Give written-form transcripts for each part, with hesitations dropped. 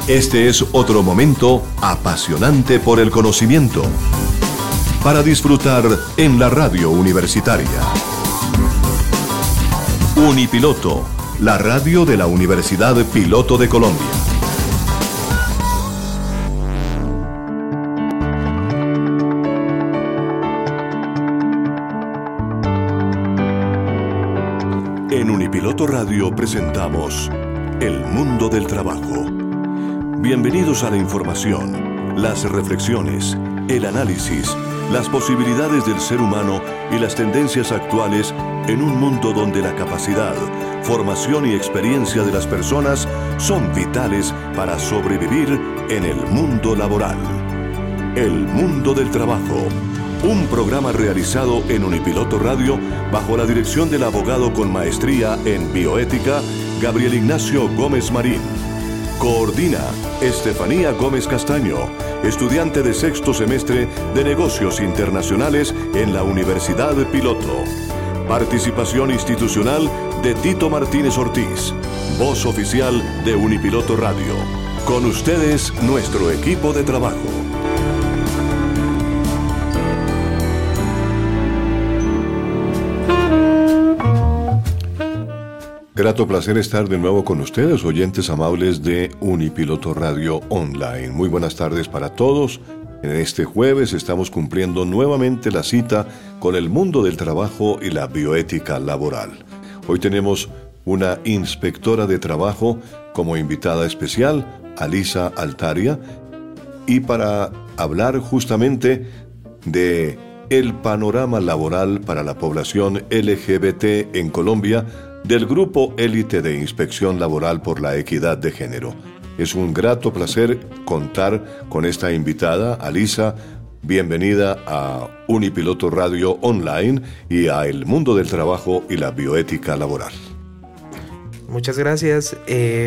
Este es otro momento apasionante por el conocimiento, para disfrutar en la radio universitaria. Unipiloto, la radio de la Universidad Piloto de Colombia. En Unipiloto Radio presentamos El Mundo del Trabajo. Bienvenidos a la información, las reflexiones, el análisis, las posibilidades del ser humano y las tendencias actuales en un mundo donde la capacidad, formación y experiencia de las personas son vitales para sobrevivir en el mundo laboral. El Mundo del Trabajo, un programa realizado en Unipiloto Radio bajo la dirección del abogado con maestría en bioética, Gabriel Ignacio Gómez Marín. Coordina Estefanía Gómez Castaño, estudiante de sexto semestre de Negocios Internacionales en la Universidad Piloto. Participación institucional de Tito Martínez Ortiz, voz oficial de Unipiloto Radio. Con ustedes, nuestro equipo de trabajo. Grato placer estar de nuevo con ustedes, oyentes amables de Unipiloto Radio Online. Muy buenas tardes para todos. En este jueves estamos cumpliendo nuevamente la cita con el mundo del trabajo y la bioética laboral. Hoy tenemos una inspectora de trabajo como invitada especial, Alisa Altaria, y para hablar justamente de el panorama laboral para la población LGBT en Colombia, del Grupo Élite de Inspección Laboral por la Equidad de Género. Es un grato placer contar con esta invitada, Alisa. Bienvenida a Unipiloto Radio Online y a El Mundo del Trabajo y la Bioética Laboral. Muchas gracias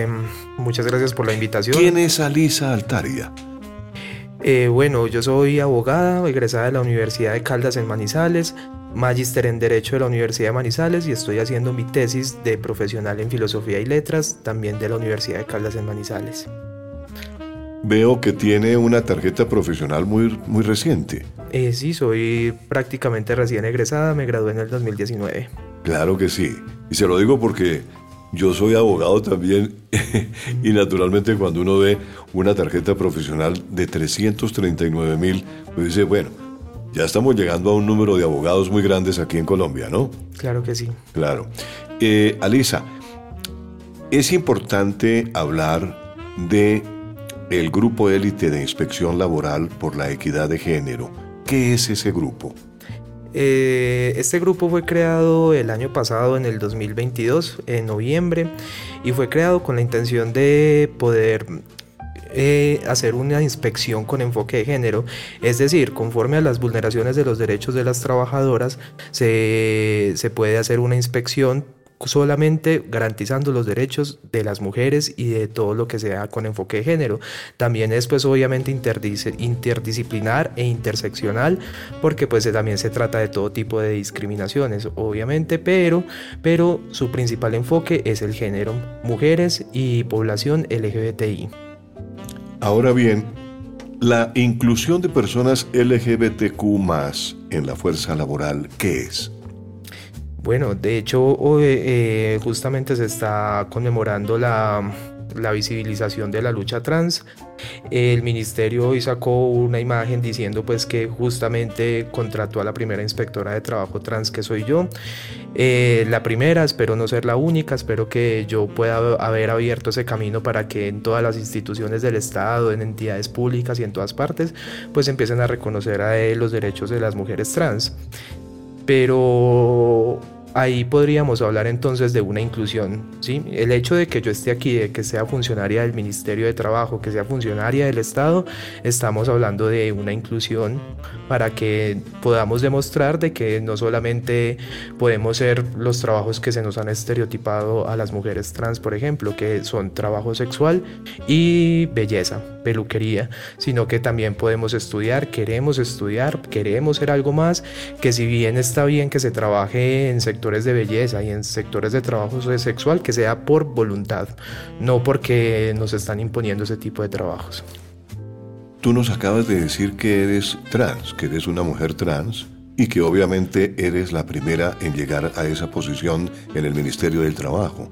por la invitación. ¿Quién es Alisa Altaria? Bueno, yo soy abogada, egresada de la Universidad de Caldas en Manizales, magíster en Derecho de la Universidad de Manizales y estoy haciendo mi tesis de profesional en Filosofía y Letras, también de la Universidad de Caldas en Manizales. Veo que tiene una tarjeta profesional muy reciente. Sí, soy prácticamente recién egresada, me gradué en el 2019. Claro que sí, y se lo digo porque yo soy abogado también y naturalmente cuando uno ve una tarjeta profesional de 339,000, pues dice, bueno, ya estamos llegando a un número de abogados muy grandes aquí en Colombia, ¿no? Claro que sí. Claro. Alisa, es importante hablar de el Grupo Élite de Inspección Laboral por la Equidad de Género. ¿Qué es ese grupo? Este grupo fue creado el año pasado, en el 2022, en noviembre, y fue creado con la intención de poder hacer una inspección con enfoque de género, es decir, conforme a las vulneraciones de los derechos de las trabajadoras, se puede hacer una inspección solamente garantizando los derechos de las mujeres y de todo lo que sea con enfoque de género. También es pues obviamente interdisciplinar e interseccional, porque pues también se trata de todo tipo de discriminaciones, obviamente, pero su principal enfoque es el género, mujeres y población LGBTI. Ahora bien, la inclusión de personas LGBTQ+ en la fuerza laboral, ¿qué es? Bueno, de hecho, justamente se está conmemorando la visibilización de la lucha trans. El ministerio hoy sacó una imagen diciendo pues que justamente contrató a la primera inspectora de trabajo trans, que soy yo. La primera, espero no ser la única, espero que yo pueda haber abierto ese camino para que en todas las instituciones del Estado, en entidades públicas y en todas partes, pues empiecen a reconocer los derechos de las mujeres trans. Pero ahí podríamos hablar entonces de una inclusión, ¿sí? El hecho de que yo esté aquí, de que sea funcionaria del Ministerio de Trabajo, que sea funcionaria del Estado, estamos hablando de una inclusión para que podamos demostrar de que no solamente podemos ser los trabajos que se nos han estereotipado a las mujeres trans, por ejemplo, que son trabajo sexual y belleza, peluquería, sino que también podemos estudiar, queremos ser algo más, que si bien está bien que se trabaje en sectores sectores de belleza y en sectores de trabajo sexual, que sea por voluntad, no porque nos están imponiendo ese tipo de trabajos. Tú nos acabas de decir que eres trans, que eres una mujer trans y que obviamente eres la primera en llegar a esa posición en el Ministerio del Trabajo.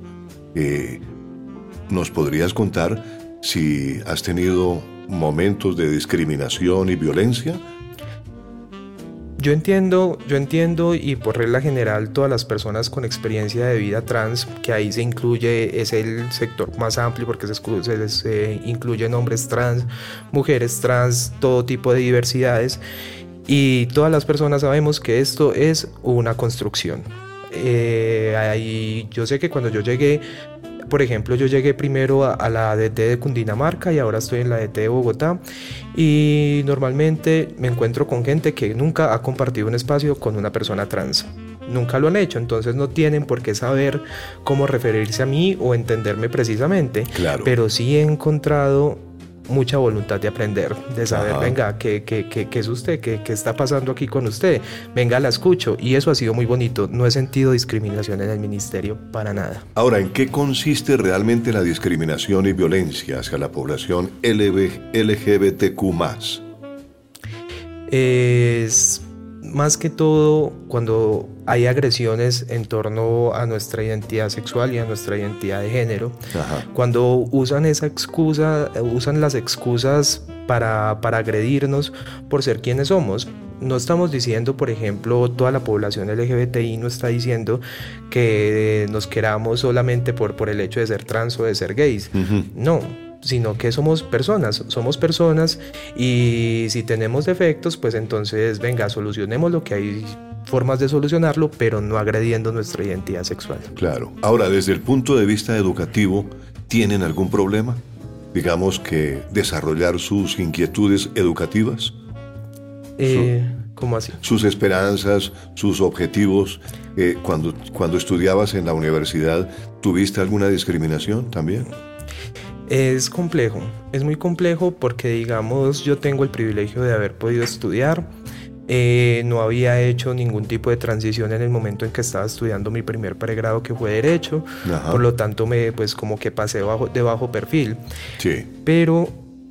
¿Nos podrías contar si has tenido momentos de discriminación y violencia? Yo entiendo y por regla general todas las personas con experiencia de vida trans, que ahí se incluye, es el sector más amplio porque se incluyen hombres trans, mujeres trans, todo tipo de diversidades, y todas las personas sabemos que esto es una construcción. Yo sé que cuando yo llegué, por ejemplo, yo llegué primero a la ADT de Cundinamarca y ahora estoy en la ADT de Bogotá, y normalmente me encuentro con gente que nunca ha compartido un espacio con una persona trans. Nunca lo han hecho, entonces no tienen por qué saber cómo referirse a mí o entenderme precisamente. Claro. Pero sí he encontrado mucha voluntad de aprender, de saber, venga, ¿qué es usted? ¿Qué está pasando aquí con usted? Venga, la escucho, y eso ha sido muy bonito. No he sentido discriminación en el ministerio para nada. Ahora, ¿en qué consiste realmente la discriminación y violencia hacia la población LGBTQ+? Es más que todo cuando hay agresiones en torno a nuestra identidad sexual y a nuestra identidad de género. Ajá. Cuando usan las excusas para agredirnos por ser quienes somos. No estamos diciendo, por ejemplo, toda la población LGBTI no está diciendo que nos queramos solamente por el hecho de ser trans o de ser gays. Uh-huh. No, sino que somos personas y si tenemos defectos, pues entonces venga, solucionemos lo que hay formas de solucionarlo, pero no agrediendo nuestra identidad sexual. Claro. Ahora, desde el punto de vista educativo, ¿tienen algún problema? Digamos que desarrollar sus inquietudes educativas. ¿Cómo así? Sus esperanzas, sus objetivos. Cuando estudiabas en la universidad, ¿tuviste alguna discriminación también? Es complejo, es muy complejo porque, digamos, yo tengo el privilegio de haber podido estudiar. No había hecho ningún tipo de transición en el momento en que estaba estudiando mi primer pregrado, que fue Derecho. Ajá. Por lo tanto pues como que pasé de bajo perfil. Sí. Pero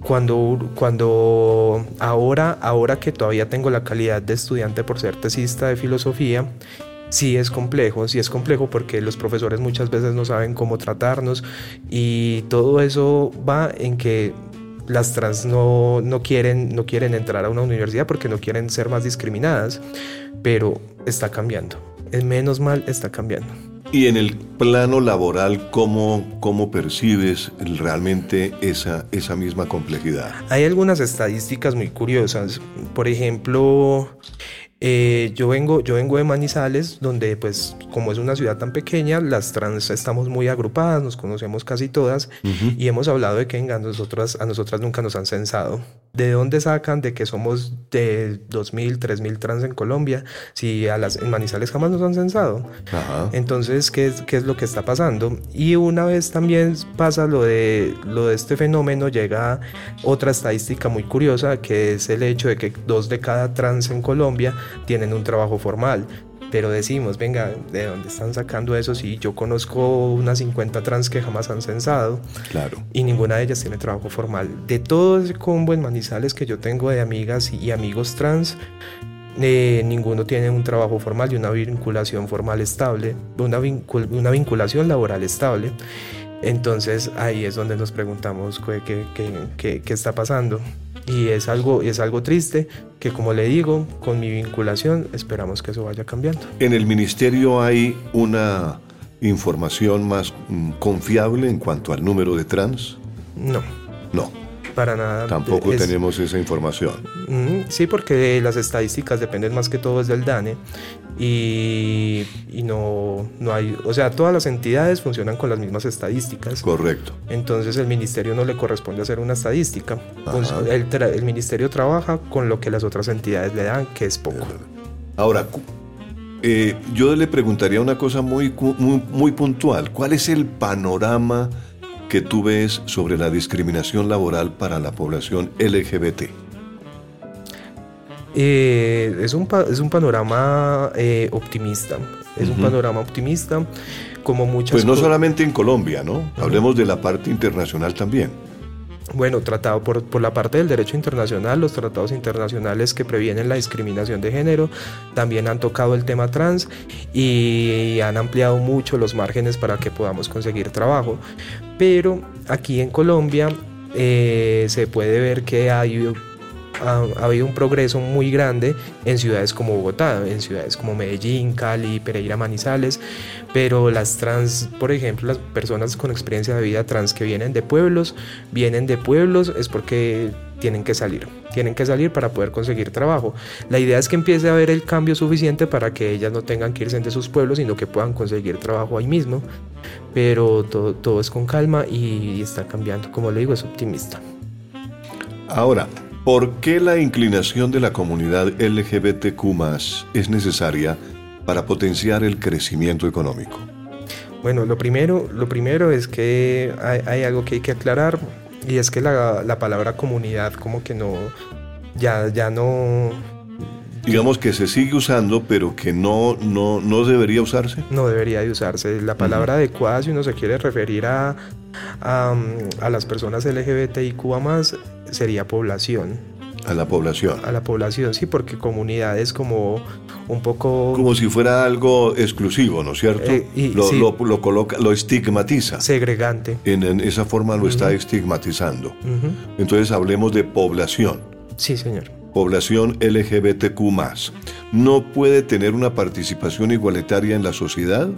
ahora que todavía tengo la calidad de estudiante por ser tesista de filosofía, sí es complejo porque los profesores muchas veces no saben cómo tratarnos, y todo eso va en que las trans no quieren entrar a una universidad porque no quieren ser más discriminadas, pero está cambiando, menos mal está cambiando. Y en el plano laboral, ¿cómo percibes realmente esa misma complejidad? Hay algunas estadísticas muy curiosas. Por ejemplo, yo vengo de Manizales, donde pues como es una ciudad tan pequeña, las trans estamos muy agrupadas, nos conocemos casi todas. Uh-huh. Y hemos hablado de que a nosotras nunca nos han censado. ¿De dónde sacan de que somos de 2.000, 3.000 trans en Colombia si en Manizales jamás nos han censado? Uh-huh. Entonces, ¿qué es lo que está pasando? Y una vez también pasa lo de este fenómeno, llega otra estadística muy curiosa, que es el hecho de que 2 de cada trans en Colombia tienen un trabajo formal. Pero decimos, venga, ¿de dónde están sacando eso? Si yo conozco unas 50 trans que jamás han censado. Claro. Y ninguna de ellas tiene trabajo formal. De todo ese combo en Manizales que yo tengo de amigas y amigos trans, ninguno tiene un trabajo formal y una vinculación formal estable, una vinculación laboral estable. Entonces ahí es donde nos preguntamos qué está pasando. Y es algo triste que, como le digo, con mi vinculación esperamos que eso vaya cambiando. ¿En el ministerio hay una información más confiable en cuanto al número de trans? No. Para nada. Tampoco tenemos esa información. Sí, porque las estadísticas dependen más que todo del DANE y no hay, o sea, todas las entidades funcionan con las mismas estadísticas. Correcto. Entonces el ministerio no le corresponde hacer una estadística. El ministerio trabaja con lo que las otras entidades le dan, que es poco. Ahora, yo le preguntaría una cosa muy puntual. ¿Cuál es el panorama que tú ves sobre la discriminación laboral para la población LGBT? Es un panorama optimista. Es un panorama optimista, como muchas Pues no solamente en Colombia, ¿no? Hablemos de la parte internacional también. Bueno, tratado por la parte del derecho internacional, los tratados internacionales que previenen la discriminación de género también han tocado el tema trans y han ampliado mucho los márgenes para que podamos conseguir trabajo. Pero aquí en Colombia se puede ver que ha habido un progreso muy grande en ciudades como Bogotá, en ciudades como Medellín, Cali, Pereira, Manizales, pero las trans, por ejemplo, las personas con experiencia de vida trans que vienen de pueblos es porque tienen que salir para poder conseguir trabajo. La idea es que empiece a haber el cambio suficiente para que ellas no tengan que irse de sus pueblos, sino que puedan conseguir trabajo ahí mismo, pero todo es con calma y está cambiando, como le digo, es optimista. Ahora, ¿por qué la inclinación de la comunidad LGBTQ+ es necesaria para potenciar el crecimiento económico? Bueno, lo primero es que hay algo que hay que aclarar, y es que la palabra comunidad como que ya no... Digamos que se sigue usando, pero que no debería usarse. No debería de usarse. La palabra adecuada, si uno se quiere referir a las personas LGBTIQ+, sería población. A la población. A la población, sí, porque comunidad es como un poco... Como si fuera algo exclusivo, ¿no es cierto? Lo coloca, lo estigmatiza. Segregante. En esa forma lo está estigmatizando. Entonces hablemos de población. Sí, señor. Población LGBTQ+. ¿No puede tener una participación igualitaria en la sociedad?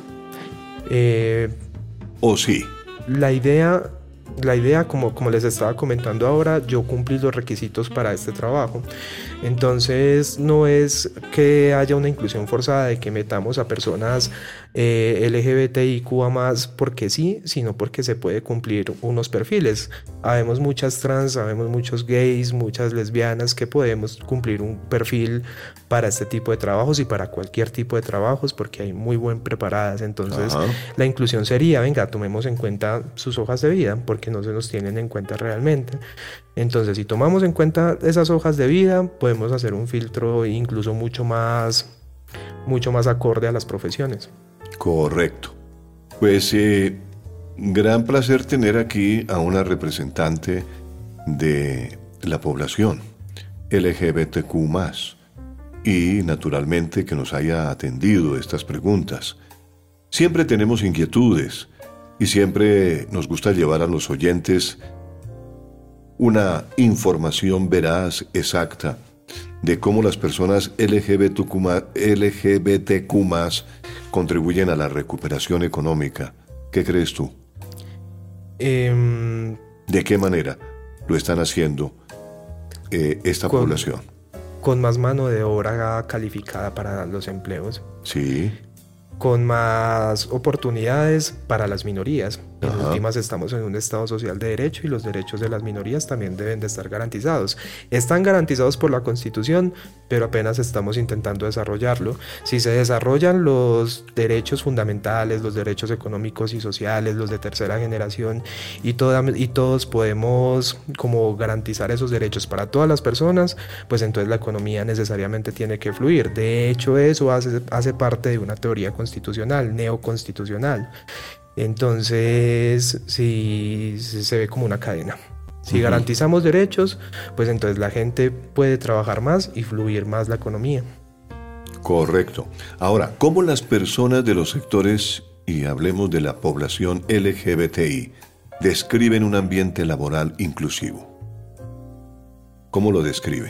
¿O sí? La idea, como les estaba comentando ahora, yo cumplí los requisitos para este trabajo. Entonces no es que haya una inclusión forzada de que metamos a personas LGBTIQ+ porque sí, sino porque se puede cumplir unos perfiles. Habemos muchas trans, habemos muchos gays, muchas lesbianas que podemos cumplir un perfil para este tipo de trabajos y para cualquier tipo de trabajos porque hay muy buen preparadas. Entonces la inclusión sería, venga, tomemos en cuenta sus hojas de vida porque no se nos tienen en cuenta realmente. Entonces, si tomamos en cuenta esas hojas de vida, podemos hacer un filtro incluso mucho más acorde a las profesiones. Correcto. Pues gran placer tener aquí a una representante de la población LGBTQ+, y naturalmente que nos haya atendido estas preguntas. Siempre tenemos inquietudes y siempre nos gusta llevar a los oyentes una información veraz, exacta, de cómo las personas LGBTQ+ contribuyen a la recuperación económica. ¿Qué crees tú? ¿De qué manera lo están haciendo esta población? Con más mano de obra calificada para los empleos. Sí. Con más oportunidades para las minorías. En últimas estamos en un Estado social de derecho y los derechos de las minorías también deben de estar garantizados. Están garantizados por la Constitución, pero apenas estamos intentando desarrollarlo. Si se desarrollan los derechos fundamentales, los derechos económicos y sociales, los de tercera generación y todos podemos como garantizar esos derechos para todas las personas, pues entonces la economía necesariamente tiene que fluir. De hecho, eso hace parte de una teoría constitucional, neoconstitucional. Entonces, sí, se ve como una cadena. Si garantizamos derechos, pues entonces la gente puede trabajar más y fluir más la economía. Correcto. Ahora, ¿cómo las personas de los sectores, y hablemos de la población LGBTI, describen un ambiente laboral inclusivo? ¿Cómo lo describen?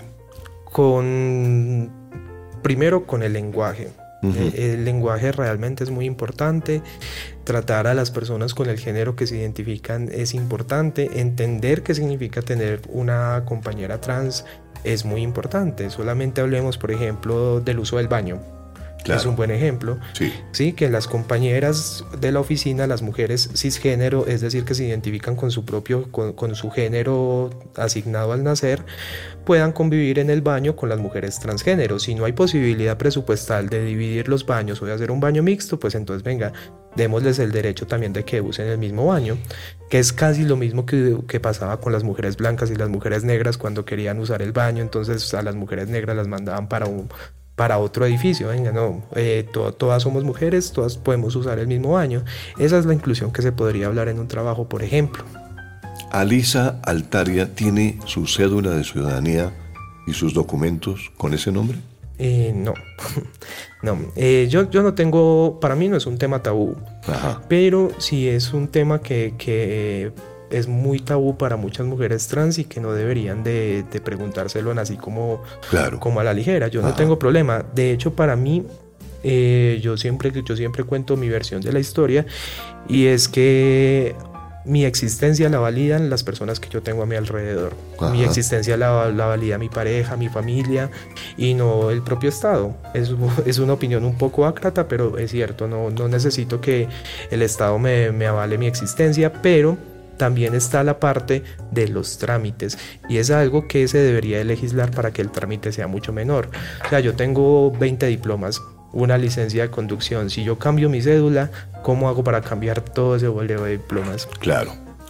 Primero con el lenguaje. El lenguaje realmente es muy importante. Tratar a las personas con el género que se identifican es importante. Entender qué significa tener una compañera trans es muy importante. Solamente hablemos, por ejemplo, del uso del baño. Claro. Es un buen ejemplo. Sí, que las compañeras de la oficina, las mujeres cisgénero, es decir, que se identifican con su género asignado al nacer, puedan convivir en el baño con las mujeres transgénero. Si no hay posibilidad presupuestal de dividir los baños o de hacer un baño mixto, pues entonces venga, démosles el derecho también de que usen el mismo baño, que es casi lo mismo que pasaba con las mujeres blancas y las mujeres negras cuando querían usar el baño. Entonces a las mujeres negras las mandaban para para otro edificio. Venga, no, todas somos mujeres, todas podemos usar el mismo baño. Esa es la inclusión que se podría hablar en un trabajo, por ejemplo. ¿Alisa Altaria tiene su cédula de ciudadanía y sus documentos con ese nombre? No, no. Yo no tengo, para mí no es un tema tabú. Ajá. Pero sí es un tema que es muy tabú para muchas mujeres trans y que no deberían de preguntárselo así como, claro, como a la ligera. Yo no tengo problema. De hecho, para mí, yo siempre cuento mi versión de la historia, y es que mi existencia la validan las personas que yo tengo a mi alrededor. Ajá. Mi existencia la valida mi pareja, mi familia, y no el propio Estado. Es una opinión un poco ácrata, pero es cierto. No necesito que el Estado me avale mi existencia, pero también está la parte de los trámites, y es algo que se debería de legislar para que el trámite sea mucho menor. O sea, yo tengo 20 diplomas, una licencia de conducción. Si yo cambio mi cédula, ¿cómo hago para cambiar todo ese boleo de diplomas? Claro.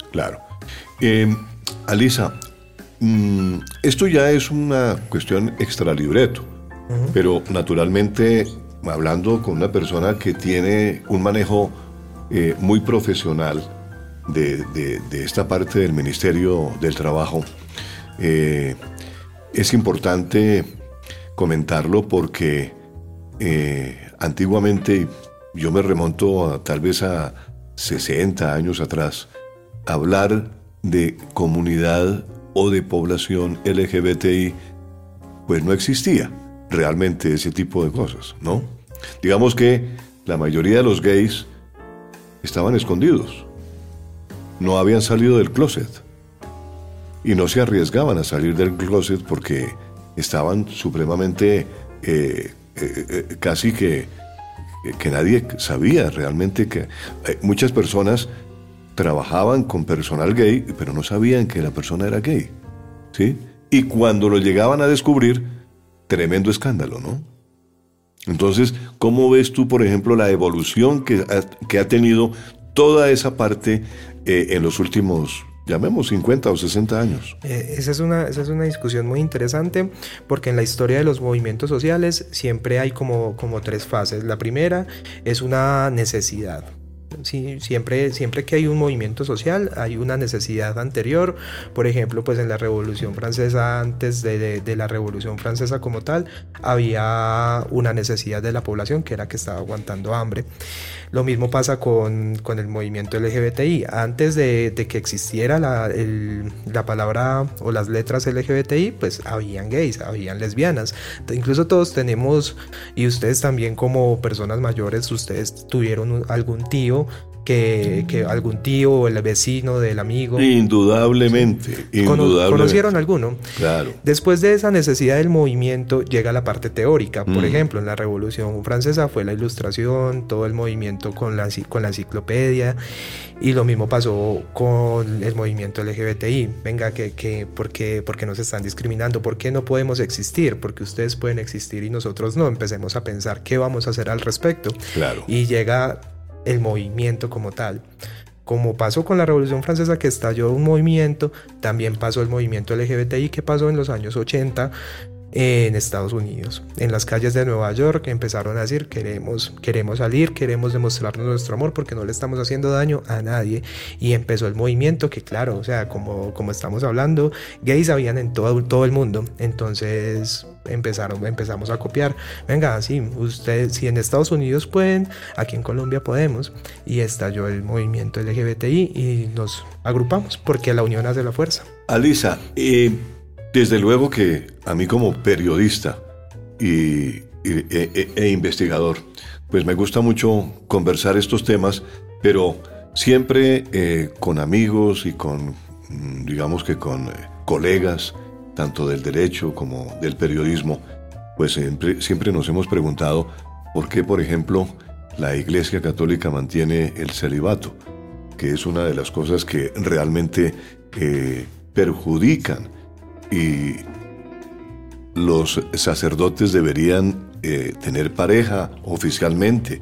Alisa, esto ya es una cuestión extralibreto, pero naturalmente, hablando con una persona que tiene un manejo muy profesional de esta parte del Ministerio del Trabajo, es importante comentarlo porque antiguamente, yo me remonto tal vez a 60 años atrás, hablar de comunidad o de población LGBTI, pues no existía realmente ese tipo de cosas, ¿no? Digamos que la mayoría de los gays estaban escondidos, no habían salido del closet y no se arriesgaban a salir del closet porque estaban supremamente casi que nadie sabía realmente que muchas personas trabajaban con personal gay, pero no sabían que la persona era gay, ¿sí? Y cuando lo llegaban a descubrir, tremendo escándalo, ¿no? Entonces, ¿cómo ves tú, por ejemplo, la evolución que ha tenido toda esa parte en los últimos, llamemos 50 o 60 años? Esa es una discusión muy interesante, porque en la historia de los movimientos sociales siempre hay como tres fases. La primera es una necesidad. Sí, siempre que hay un movimiento social hay una necesidad anterior. Por ejemplo, pues en la Revolución Francesa, antes de la Revolución Francesa como tal, había una necesidad de la población, que era que estaba aguantando hambre. Lo mismo pasa con el movimiento LGBTI. Antes de que existiera la palabra o las letras LGBTI, pues habían gays, habían lesbianas. Incluso todos tenemos, y ustedes también como personas mayores, ustedes tuvieron algún tío algún tío o el vecino del amigo. Indudablemente. ¿Conocieron alguno? Claro. Después de esa necesidad del movimiento llega la parte teórica. Por ejemplo, en la Revolución Francesa fue la Ilustración, todo el movimiento con la enciclopedia, y lo mismo pasó con el movimiento LGBTI. Venga, ¿por qué nos están discriminando? ¿Por qué no podemos existir? Porque ustedes pueden existir y nosotros no. Empecemos a pensar qué vamos a hacer al respecto. Claro. Y llega el movimiento como tal. Como pasó con la Revolución Francesa, que estalló un movimiento, también pasó el movimiento LGBTI, que pasó en los años 80 en Estados Unidos. En las calles de Nueva York empezaron a decir: queremos salir, queremos demostrarnos nuestro amor porque no le estamos haciendo daño a nadie. Y empezó el movimiento que, claro, o sea, como estamos hablando, gays habían en todo el mundo. Entonces empezamos a copiar. Venga, sí, ustedes, si en Estados Unidos pueden, aquí en Colombia podemos. Y estalló el movimiento LGBTI y nos agrupamos porque la unión hace la fuerza. Alisa, desde luego que a mí como periodista e investigador, pues me gusta mucho conversar estos temas, pero siempre con amigos y con, digamos que con colegas, tanto del derecho como del periodismo, pues siempre nos hemos preguntado por qué, por ejemplo, la Iglesia Católica mantiene el celibato, que es una de las cosas que realmente perjudican, y los sacerdotes deberían tener pareja oficialmente,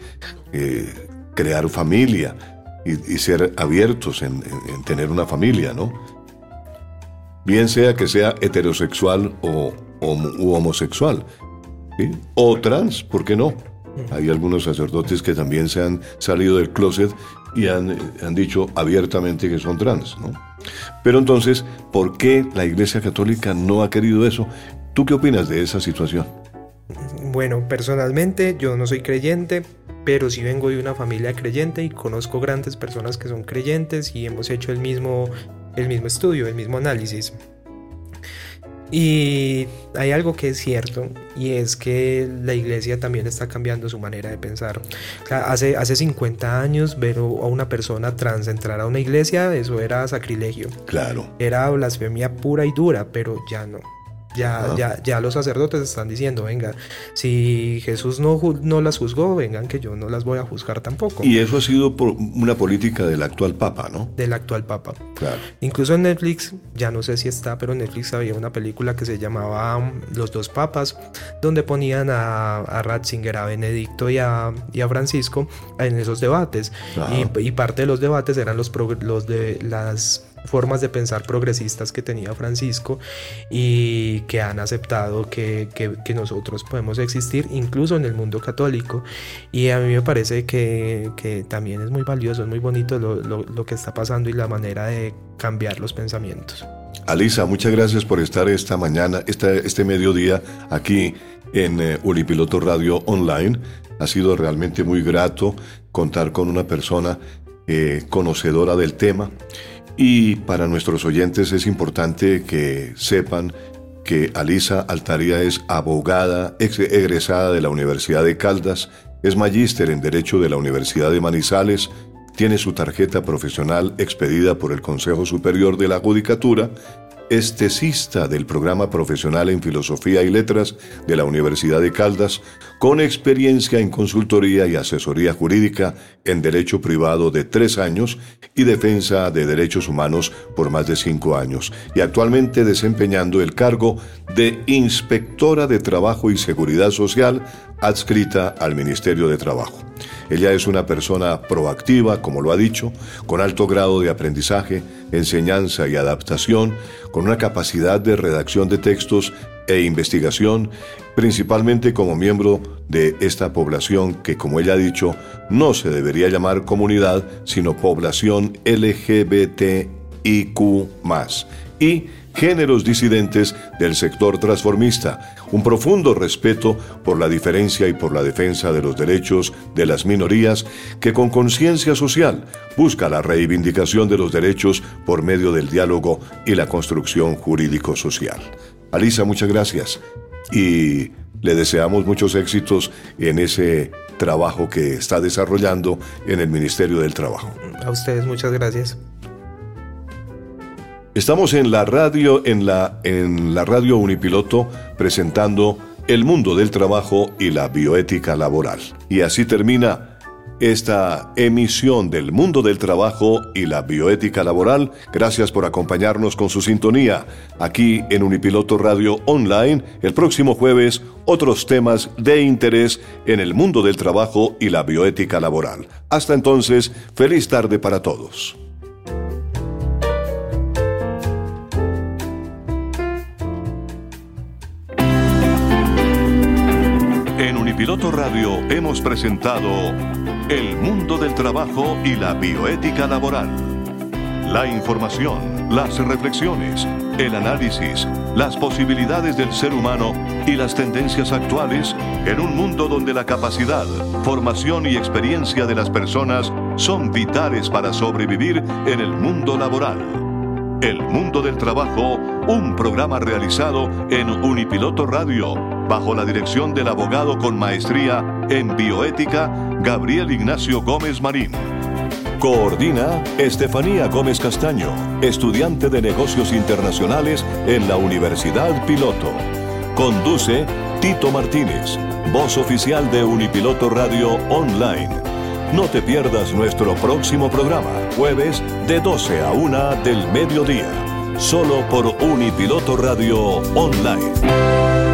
crear familia y ser abiertos en tener una familia, ¿no? Bien sea que sea heterosexual u homosexual. ¿sí? O trans, ¿por qué no? Hay algunos sacerdotes que también se han salido del closet y han dicho abiertamente que son trans, ¿no? Pero entonces, ¿por qué la Iglesia Católica no ha querido eso? ¿Tú qué opinas de esa situación? Bueno, personalmente yo no soy creyente, pero sí vengo de una familia creyente y conozco grandes personas que son creyentes y hemos hecho el mismo estudio, el mismo análisis. Y hay algo que es cierto, y es que la iglesia también está cambiando su manera de pensar. Hace 50 años ver a una persona trans entrar a una iglesia, eso era sacrilegio. Claro. Era blasfemia pura y dura, pero ya no. Ya los sacerdotes están diciendo, venga, si Jesús no las juzgó, vengan que yo no las voy a juzgar tampoco. Y eso ha sido por una política del actual Papa, ¿no? Del actual Papa. Claro. Incluso en Netflix, ya no sé si está, pero en Netflix había una película que se llamaba Los dos Papas, donde ponían a Ratzinger, a Benedicto y a Francisco en esos debates. Y parte de los debates eran los de las formas de pensar progresistas que tenía Francisco y que han aceptado que nosotros podemos existir incluso en el mundo católico, y a mí me parece que también es muy valioso, es muy bonito lo que está pasando y la manera de cambiar los pensamientos. Alisa, muchas gracias por estar esta mañana, este mediodía aquí en Unipiloto Radio Online. Ha sido realmente muy grato contar con una persona conocedora del tema. Y para nuestros oyentes es importante que sepan que Alisa Altaria es abogada, egresada de la Universidad de Caldas, es magíster en Derecho de la Universidad de Manizales, tiene su tarjeta profesional expedida por el Consejo Superior de la Judicatura, es tesista del programa profesional en Filosofía y Letras de la Universidad de Caldas, con experiencia en consultoría y asesoría jurídica en Derecho Privado de 3 años y Defensa de Derechos Humanos por más de 5 años, y actualmente desempeñando el cargo de Inspectora de Trabajo y Seguridad Social adscrita al Ministerio de Trabajo. Ella es una persona proactiva, como lo ha dicho, con alto grado de aprendizaje, enseñanza y adaptación, con una capacidad de redacción de textos e investigación, principalmente como miembro de esta población que, como ella ha dicho, no se debería llamar comunidad, sino población LGBTIQ+, y géneros disidentes del sector transformista, un profundo respeto por la diferencia y por la defensa de los derechos de las minorías que con conciencia social busca la reivindicación de los derechos por medio del diálogo y la construcción jurídico-social. Alisa, muchas gracias y le deseamos muchos éxitos en ese trabajo que está desarrollando en el Ministerio del Trabajo. A ustedes muchas gracias. Estamos en la radio, en la radio Unipiloto, presentando el mundo del trabajo y la bioética laboral. Y así termina esta emisión del mundo del trabajo y la bioética laboral. Gracias por acompañarnos con su sintonía. Aquí en Unipiloto Radio Online, el próximo jueves, otros temas de interés en el mundo del trabajo y la bioética laboral. Hasta entonces, feliz tarde para todos. En Unipiloto Radio hemos presentado El mundo del trabajo y la bioética laboral. La información, las reflexiones, el análisis, las posibilidades del ser humano y las tendencias actuales en un mundo donde la capacidad, formación y experiencia de las personas son vitales para sobrevivir en el mundo laboral. El mundo del trabajo, un programa realizado en Unipiloto Radio, bajo la dirección del abogado con maestría en bioética, Gabriel Ignacio Gómez Marín. Coordina Estefanía Gómez Castaño, estudiante de Negocios Internacionales en la Universidad Piloto. Conduce Tito Martínez, voz oficial de Unipiloto Radio Online. No te pierdas nuestro próximo programa, jueves de 12 a 1 del mediodía, solo por Unipiloto Radio Online.